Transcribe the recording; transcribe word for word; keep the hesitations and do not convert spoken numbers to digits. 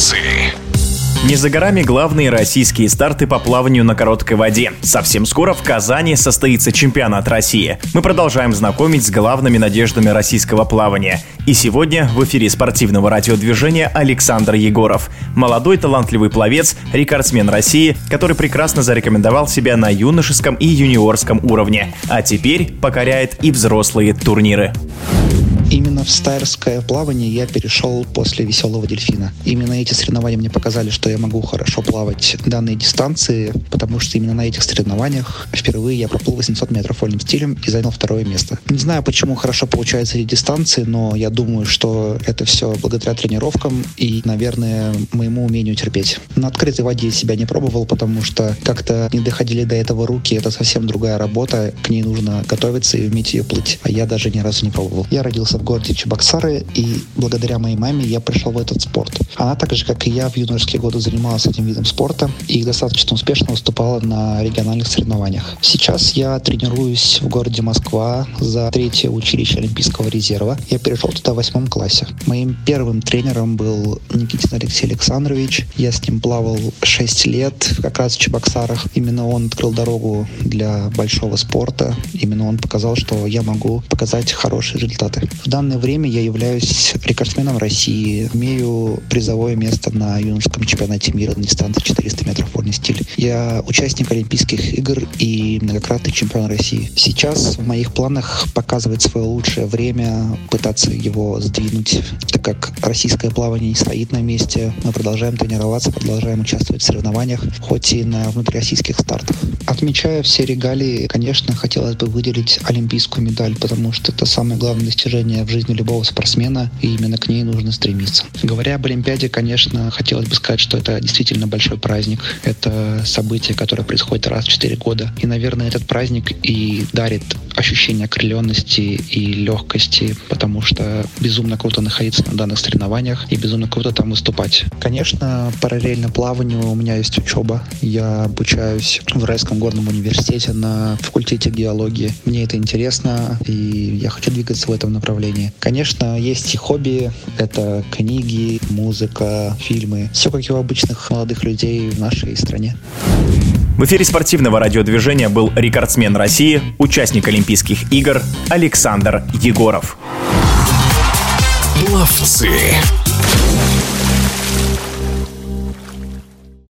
Пловцы. Не за горами главные российские старты по плаванию на короткой воде. Совсем скоро в Казани состоится чемпионат России. Мы продолжаем знакомить с главными надеждами российского плавания. И сегодня в эфире спортивного радиодвижения Александр Егоров. Молодой талантливый пловец, рекордсмен России, который прекрасно зарекомендовал себя на юношеском и юниорском уровне. А теперь покоряет и взрослые турниры. Именно в стайерское плавание я перешел после «Веселого дельфина». Именно эти соревнования мне показали, что я могу хорошо плавать данные дистанции, потому что именно на этих соревнованиях впервые я проплыл восемьсот метров вольным стилем и занял второе место. Не знаю, почему хорошо получаются эти дистанции, но я думаю, что это все благодаря тренировкам и, наверное, моему умению терпеть. На открытой воде я себя не пробовал, потому что как-то не доходили до этого руки. Это совсем другая работа, к ней нужно готовиться и уметь ее плыть. А я даже ни разу не пробовал. Я родился в городе Чебоксары, и благодаря моей маме я пришел в этот спорт. Она так же, как и я, в юношеские годы занималась этим видом спорта и достаточно успешно выступала на региональных соревнованиях. Сейчас я тренируюсь в городе Москва за третье училище Олимпийского резерва. Я перешел туда в восьмом классе. Моим первым тренером был Никитин Алексей Александрович. Я с ним плавал шесть лет, как раз в Чебоксарах. Именно он открыл дорогу для большого спорта. Именно он показал, что я могу показать хорошие результаты. В данное время я являюсь рекордсменом России, имею призовое место на юношеском чемпионате мира на дистанции четыреста метров вольный стиль. Я участник Олимпийских игр и многократный чемпион России. Сейчас в моих планах показывать свое лучшее время, пытаться его сдвинуть, так как российское плавание не стоит на месте. Мы продолжаем тренироваться, продолжаем участвовать в соревнованиях, хоть и на внутрироссийских стартах. Отмечая все регалии, конечно, хотелось бы выделить олимпийскую медаль, потому что это самое главное достижение в жизни любого спортсмена, и именно к ней нужно стремиться. Говоря об Олимпиаде, конечно, хотелось бы сказать, что это действительно большой праздник. Это событие, которое происходит раз в четыре года. И, наверное, этот праздник и дарит ощущение окрыленности и легкости, потому что безумно круто находиться на данных соревнованиях и безумно круто там выступать. Конечно, параллельно плаванию у меня есть учеба. Я обучаюсь в Райском горном университете на факультете геологии. Мне это интересно, и я хочу двигаться в этом направлении. Конечно, есть и хобби. Это книги, музыка, фильмы. Все как и у обычных молодых людей в нашей стране. В эфире спортивного радиодвижения был рекордсмен России, участник Олимпийских игр Александр Егоров. Пловцы.